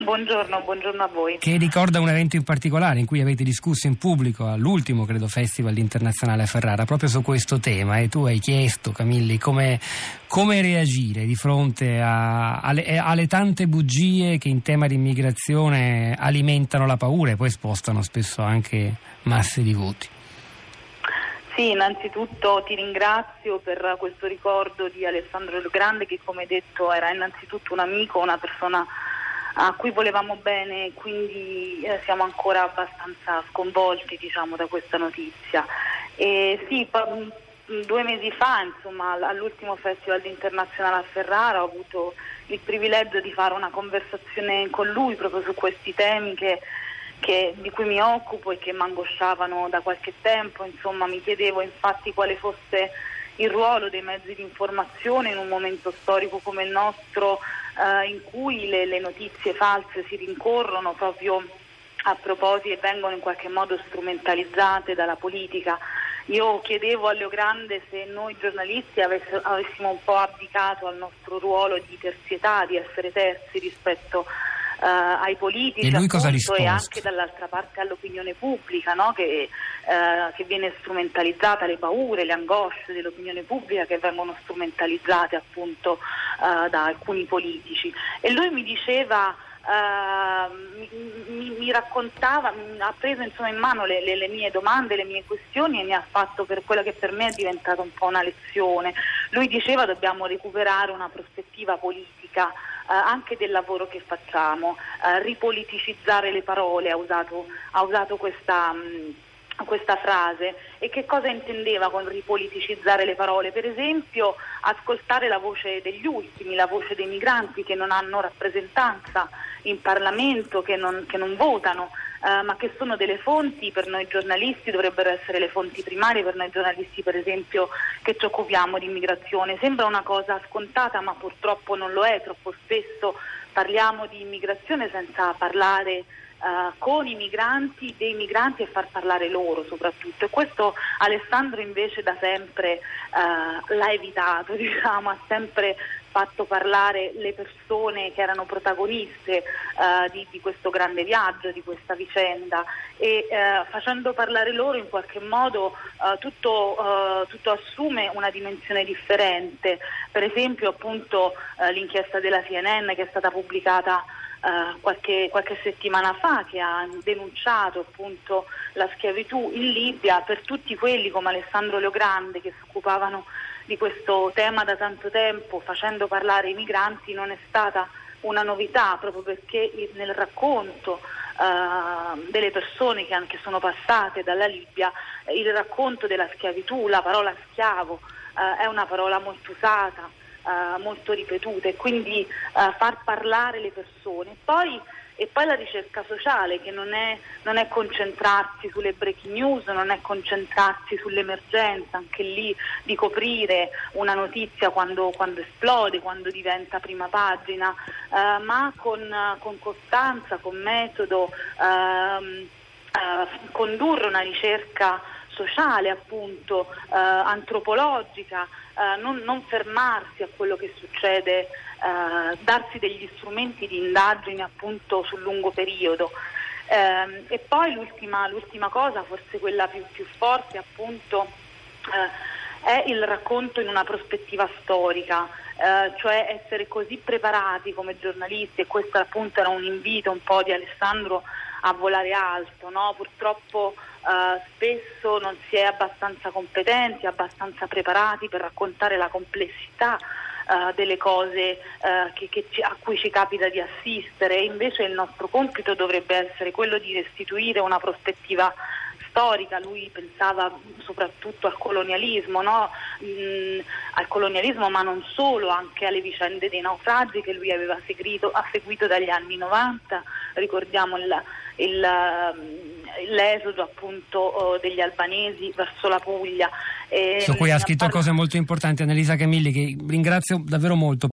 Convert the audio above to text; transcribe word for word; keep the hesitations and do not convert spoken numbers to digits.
Buongiorno, buongiorno a voi. Che ricorda un evento in particolare in cui avete discusso in pubblico all'ultimo, credo, Festival Internazionale a Ferrara, proprio su questo tema, e tu hai chiesto, Camilli, come, come reagire di fronte a, alle, alle tante bugie che in tema di immigrazione alimentano la paura e poi spostano spesso anche masse di voti. Sì, innanzitutto ti ringrazio per questo ricordo di Alessandro Legrande, che, come detto, era innanzitutto un amico, una persona a cui volevamo bene, quindi eh, siamo ancora abbastanza sconvolti, diciamo, da questa notizia. E sì, pa- due mesi fa, insomma, all'ultimo Festival Internazionale a Ferrara ho avuto il privilegio di fare una conversazione con lui proprio su questi temi che, che, di cui mi occupo e che mi angosciavano da qualche tempo. Insomma, mi chiedevo infatti quale fosse il ruolo dei mezzi di informazione in un momento storico come il nostro, eh, in cui le, le notizie false si rincorrono proprio a proposito e vengono in qualche modo strumentalizzate dalla politica. Io chiedevo a Leogrande se noi giornalisti avess- avessimo un po' abdicato al nostro ruolo di terzietà, di essere terzi rispetto Uh, ai politici, e lui cosa ha appunto, risposto? E anche dall'altra parte all'opinione pubblica, no? che, uh, che viene strumentalizzata, le paure, le angosce dell'opinione pubblica che vengono strumentalizzate appunto uh, da alcuni politici. E lui mi diceva, uh, mi, mi, mi raccontava, ha preso insomma in mano le, le, le mie domande, le mie questioni e ne ha fatto per quella che per me è diventata un po' una lezione. Lui diceva: dobbiamo recuperare una prospettiva politica Uh, anche del lavoro che facciamo, uh, ripoliticizzare le parole, ha usato, ha usato questa, mh, questa frase. E che cosa intendeva con ripoliticizzare le parole? Per esempio, ascoltare la voce degli ultimi, la voce dei migranti che non hanno rappresentanza in Parlamento, che non, che non votano, uh, ma che sono delle fonti per noi giornalisti, dovrebbero essere le fonti primarie per noi giornalisti, per esempio, che ci occupiamo di immigrazione. Sembra una cosa scontata, ma purtroppo non lo è. Troppo spesso parliamo di immigrazione senza parlare Uh, con i migranti, dei migranti, e far parlare loro soprattutto. E questo Alessandro invece da sempre uh, l'ha evitato, diciamo, ha sempre fatto parlare le persone che erano protagoniste uh, di, di questo grande viaggio, di questa vicenda, e uh, facendo parlare loro in qualche modo uh, tutto, uh, tutto assume una dimensione differente. Per esempio appunto uh, l'inchiesta della C N N che è stata pubblicata Uh, qualche, qualche settimana fa, che ha denunciato appunto la schiavitù in Libia. Per tutti quelli come Alessandro Leogrande che si occupavano di questo tema da tanto tempo, facendo parlare i migranti, non è stata una novità, proprio perché nel racconto uh, delle persone che anche sono passate dalla Libia, il racconto della schiavitù, la parola schiavo uh, è una parola molto usata, Uh, molto ripetute, e quindi uh, far parlare le persone. Poi, e poi la ricerca sociale, che non è, non è concentrarsi sulle breaking news, non è concentrarsi sull'emergenza, anche lì di coprire una notizia quando, quando esplode, quando diventa prima pagina, uh, ma con, uh, con costanza, con metodo, uh, uh, condurre una ricerca sociale, appunto, uh, antropologica, uh, non, non fermarsi a quello che succede, uh, darsi degli strumenti di indagine appunto sul lungo periodo. Uh, e poi l'ultima, l'ultima cosa, forse quella più, più forte, appunto, uh, è il racconto in una prospettiva storica, uh, cioè essere così preparati come giornalisti, e questo appunto era un invito un po' di Alessandro a volare alto, no? Purtroppo uh, spesso non si è abbastanza competenti, abbastanza preparati per raccontare la complessità uh, delle cose uh, che, che ci, a cui ci capita di assistere. E invece il nostro compito dovrebbe essere quello di restituire una prospettiva storica. Lui pensava soprattutto al colonialismo, no? Mm, al colonialismo, ma non solo, anche alle vicende dei naufragi che lui aveva seguito, ha seguito dagli anni novanta. Ricordiamo il, il, l'esodo appunto degli albanesi verso la Puglia. Su cui ha scritto cose molto importanti Annalisa Camilli, che ringrazio davvero molto.